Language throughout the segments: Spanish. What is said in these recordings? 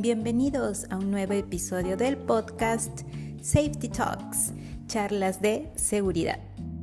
Bienvenidos a un nuevo episodio del podcast Safety Talks, charlas de seguridad.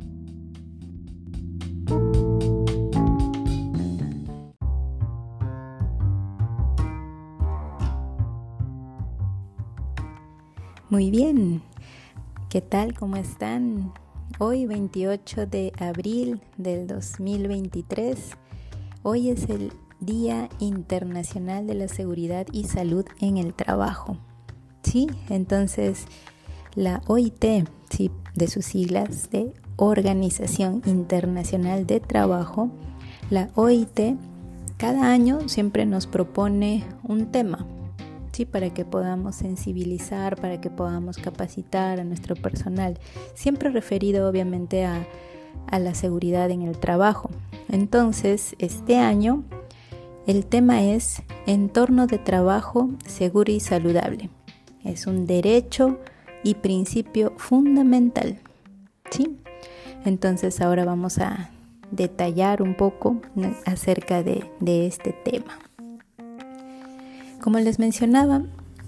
Muy bien, ¿qué tal? ¿Cómo están? Hoy 28 de abril del 2023, hoy es el Día Internacional de la Seguridad y Salud en el Trabajo. Sí, entonces la OIT, sí, de sus siglas de Organización Internacional de Trabajo, la OIT cada año siempre nos propone un tema, sí, para que podamos sensibilizar, para que podamos capacitar a nuestro personal, siempre referido obviamente a la seguridad en el trabajo. Entonces, este año el tema es entorno de trabajo seguro y saludable. Es un derecho y principio fundamental, ¿sí? Entonces ahora vamos a detallar un poco acerca de este tema. Como les mencionaba,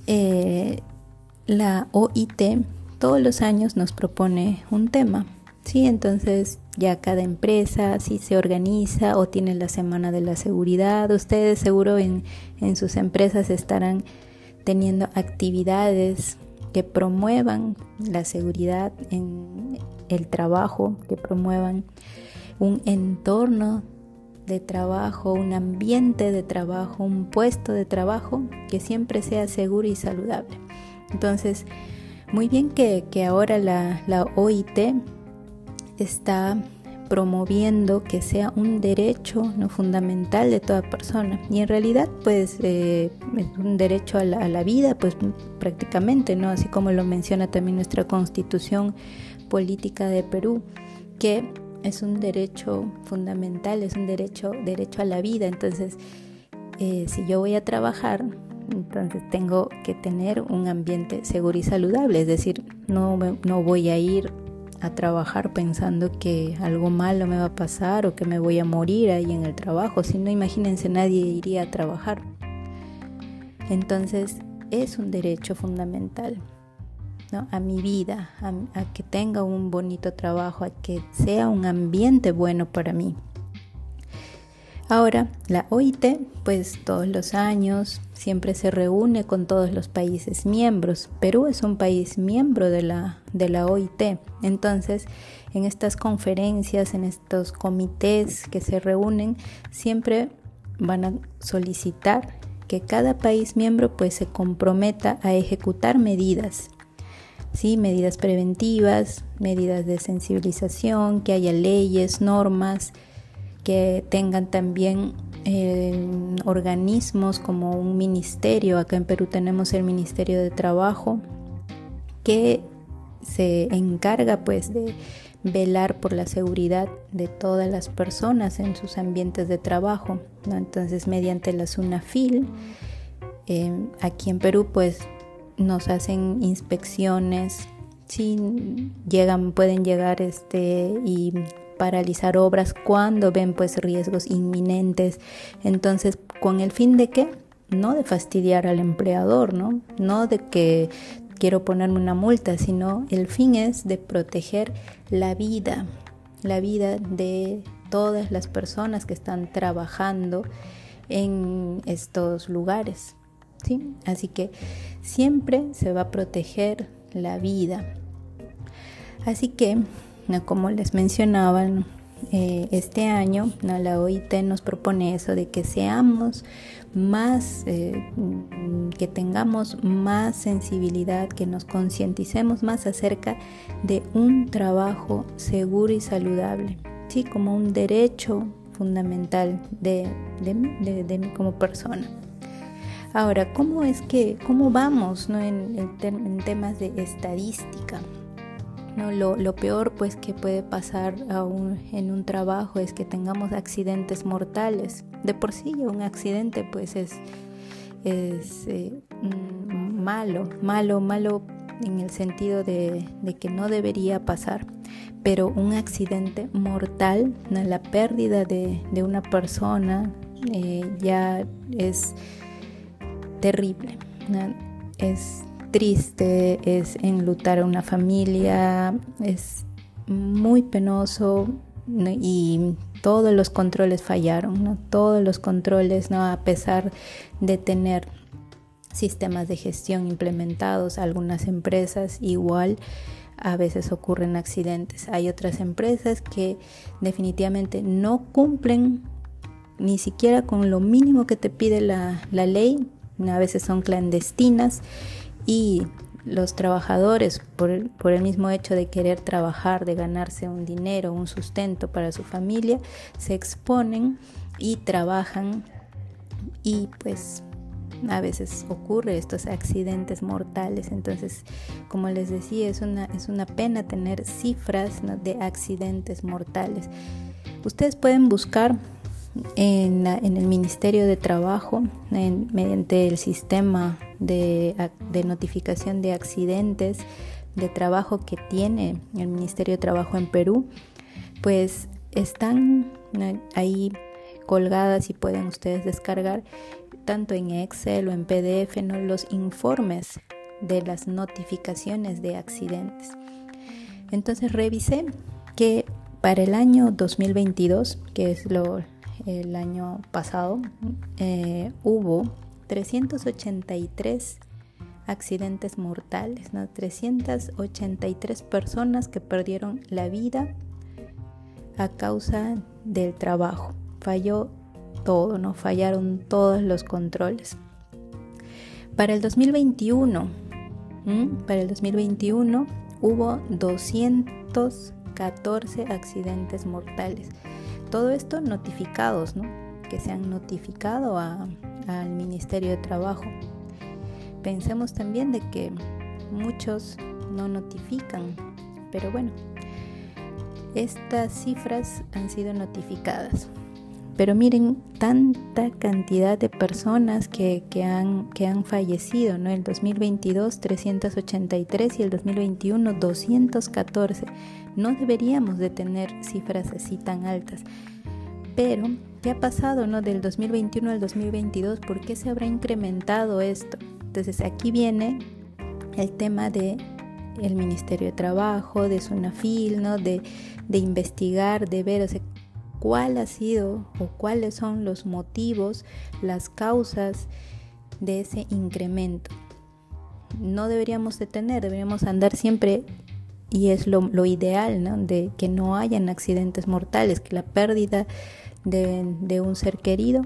la OIT todos los años nos propone un tema, ¿sí? Entonces ya cada empresa si se organiza o tiene la semana de la seguridad. Ustedes seguro en sus empresas estarán teniendo actividades que promuevan la seguridad en el trabajo, que promuevan un entorno de trabajo, un ambiente de trabajo, un puesto de trabajo que siempre sea seguro y saludable. Entonces, muy bien que ahora la OIT está promoviendo que sea un derecho no fundamental de toda persona, y en realidad pues es un derecho a la vida, pues prácticamente, ¿no? Así como lo menciona también nuestra Constitución Política de Perú, que es un derecho fundamental, es un derecho a la vida. Entonces si yo voy a trabajar, entonces tengo que tener un ambiente seguro y saludable, es decir, no voy a ir a trabajar pensando que algo malo me va a pasar o que me voy a morir ahí en el trabajo. Si no, imagínense, nadie iría a trabajar. Entonces es un derecho fundamental, ¿no? A mi vida, a que tenga un bonito trabajo, a que sea un ambiente bueno para mí. Ahora, la OIT, pues todos los años siempre se reúne con todos los países miembros. Perú es un país miembro de la OIT. Entonces, en estas conferencias, en estos comités que se reúnen, siempre van a solicitar que cada país miembro pues se comprometa a ejecutar medidas, ¿sí? Medidas preventivas, medidas de sensibilización, que haya leyes, normas, que tengan también organismos como un ministerio. Acá en Perú tenemos el Ministerio de Trabajo, que se encarga pues de velar por la seguridad de todas las personas en sus ambientes de trabajo, ¿no? Entonces, mediante la SUNAFIL, aquí en Perú pues nos hacen inspecciones, ¿sí? Pueden llegar y paralizar obras cuando ven pues riesgos inminentes. Entonces, ¿con el fin de qué? No de fastidiar al empleador, no de que quiero ponerme una multa, sino el fin es de proteger la vida de todas las personas que están trabajando en estos lugares, ¿sí? Así que siempre se va a proteger la vida. Así que, como les mencionaba, este año la OIT nos propone eso, de que seamos más, que tengamos más sensibilidad, que nos concienticemos más acerca de un trabajo seguro y saludable, ¿sí? Como un derecho fundamental de mí como persona. Ahora, ¿cómo vamos, ¿no? en temas de estadística? No, lo peor pues que puede pasar en un trabajo es que tengamos accidentes mortales. De por sí un accidente pues es malo en el sentido de que no debería pasar, pero un accidente mortal, ¿no? La pérdida de una persona ya es terrible. Es triste, es enlutar a una familia, es muy penoso, ¿no? Y todos los controles fallaron, ¿no? Todos los controles, ¿no? A pesar de tener sistemas de gestión implementados, algunas empresas igual a veces ocurren accidentes. Hay otras empresas que definitivamente no cumplen ni siquiera con lo mínimo que te pide la ley, a veces son clandestinas y los trabajadores por el mismo hecho de querer trabajar, de ganarse un dinero, un sustento para su familia, se exponen y trabajan y pues a veces ocurre estos accidentes mortales. Entonces, como les decía, es una pena tener cifras, ¿no?, de accidentes mortales. Ustedes pueden buscar en el Ministerio de Trabajo, mediante el sistema de notificación de accidentes de trabajo que tiene el Ministerio de Trabajo en Perú, pues están ahí colgadas y pueden ustedes descargar tanto en Excel o en PDF, ¿no?, los informes de las notificaciones de accidentes. Entonces revisé que para el año 2022, que es el año pasado, hubo 383 accidentes mortales, ¿no? 383 personas que perdieron la vida a causa del trabajo. Falló todo, ¿no? Fallaron todos los controles. Para el 2021, hubo 214 accidentes mortales. Todo esto notificados, ¿no?, que se han notificado al Ministerio de Trabajo. Pensemos también de que muchos no notifican, pero bueno, estas cifras han sido notificadas. Pero miren, tanta cantidad de personas que han fallecido, ¿no? El 2022 383 y el 2021 214. No deberíamos de tener cifras así tan altas. Pero, ¿qué ha pasado, no? Del 2021 al 2022, ¿por qué se habrá incrementado esto? Entonces aquí viene el tema de el Ministerio de Trabajo, de SUNAFIL, ¿no? De investigar, de ver, o sea, cuál ha sido o cuáles son los motivos, las causas de ese incremento. No deberíamos deberíamos andar siempre, y es lo ideal, ¿no?, de que no hayan accidentes mortales, que la pérdida de un ser querido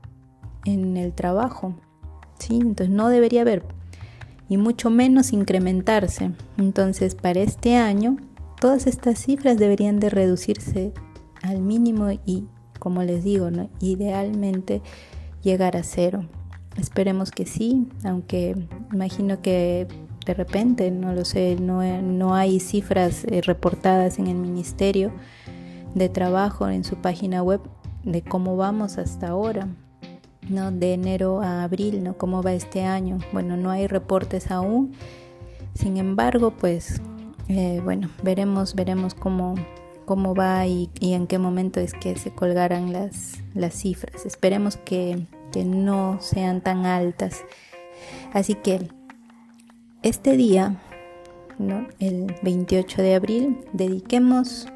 en el trabajo, ¿sí? Entonces no debería haber, y mucho menos incrementarse. Entonces para este año todas estas cifras deberían de reducirse al mínimo y, como les digo, ¿no?, idealmente llegar a cero. Esperemos que sí, aunque imagino que de repente, no lo sé, no hay cifras reportadas en el Ministerio de Trabajo en su página web de cómo vamos hasta ahora, ¿no?, de enero a abril, ¿no?, cómo va este año. Bueno, no hay reportes aún. Sin embargo, pues bueno, veremos cómo va y en qué momento es que se colgarán las cifras. Esperemos que no sean tan altas. Así que este día, ¿no?, el 28 de abril, dediquemos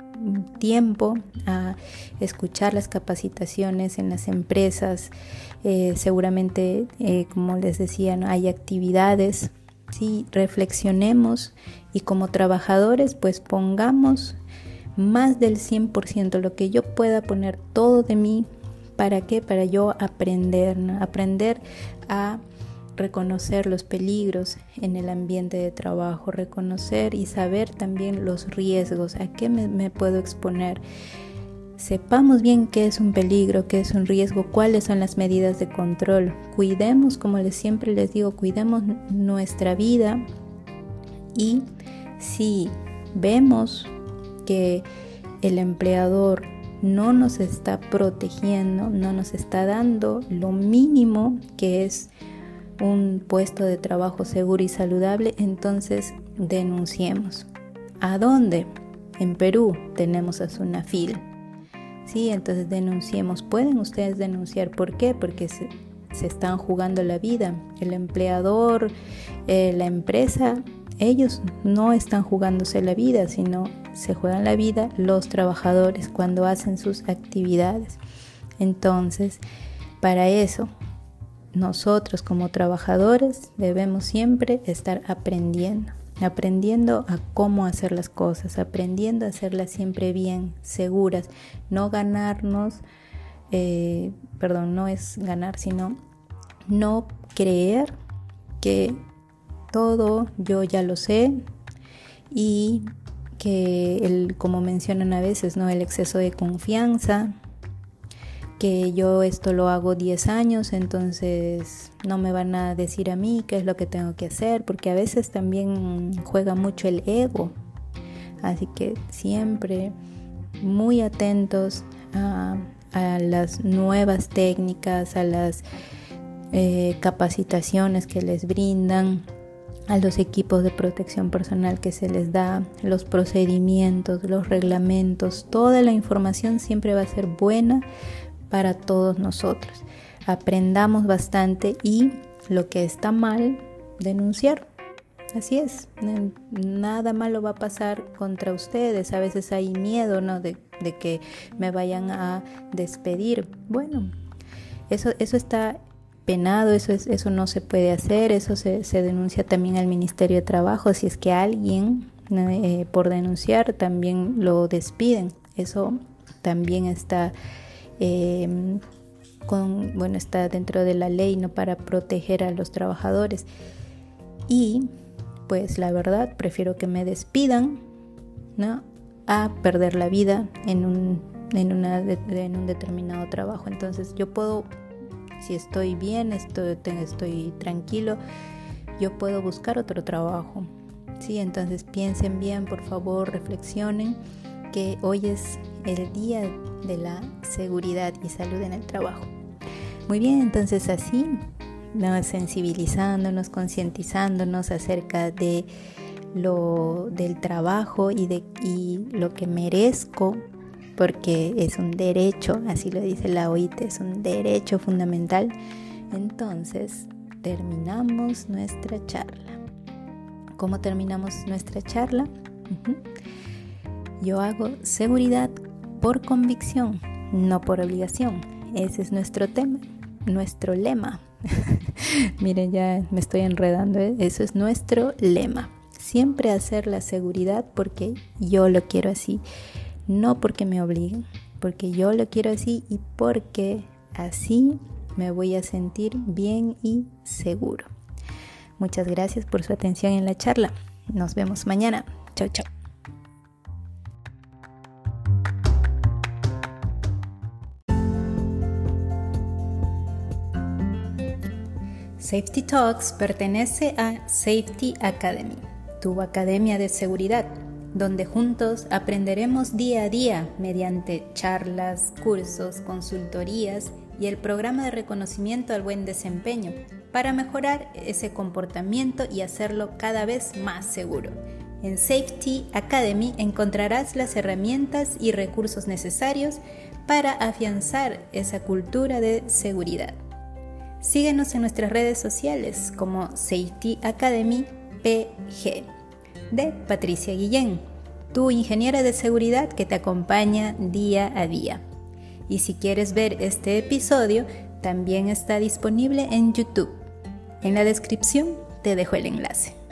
tiempo a escuchar las capacitaciones en las empresas. Seguramente, como les decía, ¿no?, hay actividades. Sí, reflexionemos y como trabajadores pues pongamos más del 100%, lo que yo pueda poner todo de mí. ¿Para qué? Para yo aprender, ¿no?, aprender a reconocer los peligros en el ambiente de trabajo, reconocer y saber también los riesgos, a qué me puedo exponer. Sepamos bien qué es un peligro, qué es un riesgo, cuáles son las medidas de control. Cuidemos, como siempre les digo, cuidemos nuestra vida, y si vemos que el empleador no nos está protegiendo, no nos está dando lo mínimo que es un puesto de trabajo seguro y saludable, entonces denunciemos. ¿A dónde? En Perú tenemos a SUNAFIL. Sí, entonces denunciemos. Pueden ustedes denunciar. ¿Por qué? Porque se están jugando la vida. El empleador, la empresa, ellos no están jugándose la vida, sino se juegan la vida los trabajadores cuando hacen sus actividades. Entonces, para eso, nosotros como trabajadores debemos siempre estar aprendiendo a cómo hacer las cosas, aprendiendo a hacerlas siempre bien, seguras, no ganarnos, no es ganar, sino no creer que todo yo ya lo sé y que como mencionan a veces, ¿no? El exceso de confianza, que yo esto lo hago 10 años, entonces no me van a decir a mí qué es lo que tengo que hacer, porque a veces también juega mucho el ego. Así que siempre muy atentos a las nuevas técnicas, a las capacitaciones que les brindan, a los equipos de protección personal que se les da, los procedimientos, los reglamentos, toda la información siempre va a ser buena para todos nosotros. Aprendamos bastante y lo que está mal, denunciar. Así es, nada malo va a pasar contra ustedes. A veces hay miedo, ¿no? de que me vayan a despedir. Bueno, eso está penado, eso no se puede hacer, eso se denuncia también al Ministerio de Trabajo. Si es que alguien por denunciar también lo despiden, eso también está está dentro de la ley, ¿no? Para proteger a los trabajadores. Y pues la verdad prefiero que me despidan, ¿no? A perder la vida en un determinado trabajo. Entonces yo puedo, si estoy bien, estoy tranquilo, yo puedo buscar otro trabajo, ¿sí? Entonces piensen bien, por favor, reflexionen que hoy es el día de la seguridad y salud en el trabajo. Muy bien, entonces así, ¿no? Sensibilizándonos, concientizándonos acerca de del trabajo y lo que merezco, porque es un derecho, así lo dice la OIT, es un derecho fundamental. Entonces, terminamos nuestra charla. ¿Cómo terminamos nuestra charla? Yo hago seguridad por convicción, no por obligación. Ese es nuestro tema, nuestro lema. Miren, ya me estoy enredando, ¿eh? Eso es nuestro lema. Siempre hacer la seguridad porque yo lo quiero así, no porque me obliguen, porque yo lo quiero así y porque así me voy a sentir bien y seguro. Muchas gracias por su atención en la charla. Nos vemos mañana. Chao, chao. Safety Talks pertenece a Safety Academy, tu academia de seguridad, donde juntos aprenderemos día a día mediante charlas, cursos, consultorías y el programa de reconocimiento al buen desempeño para mejorar ese comportamiento y hacerlo cada vez más seguro. En Safety Academy encontrarás las herramientas y recursos necesarios para afianzar esa cultura de seguridad. Síguenos en nuestras redes sociales como Safety Academy PG de Patricia Guillén, tu ingeniera de seguridad que te acompaña día a día. Y si quieres ver este episodio, también está disponible en YouTube. En la descripción te dejo el enlace.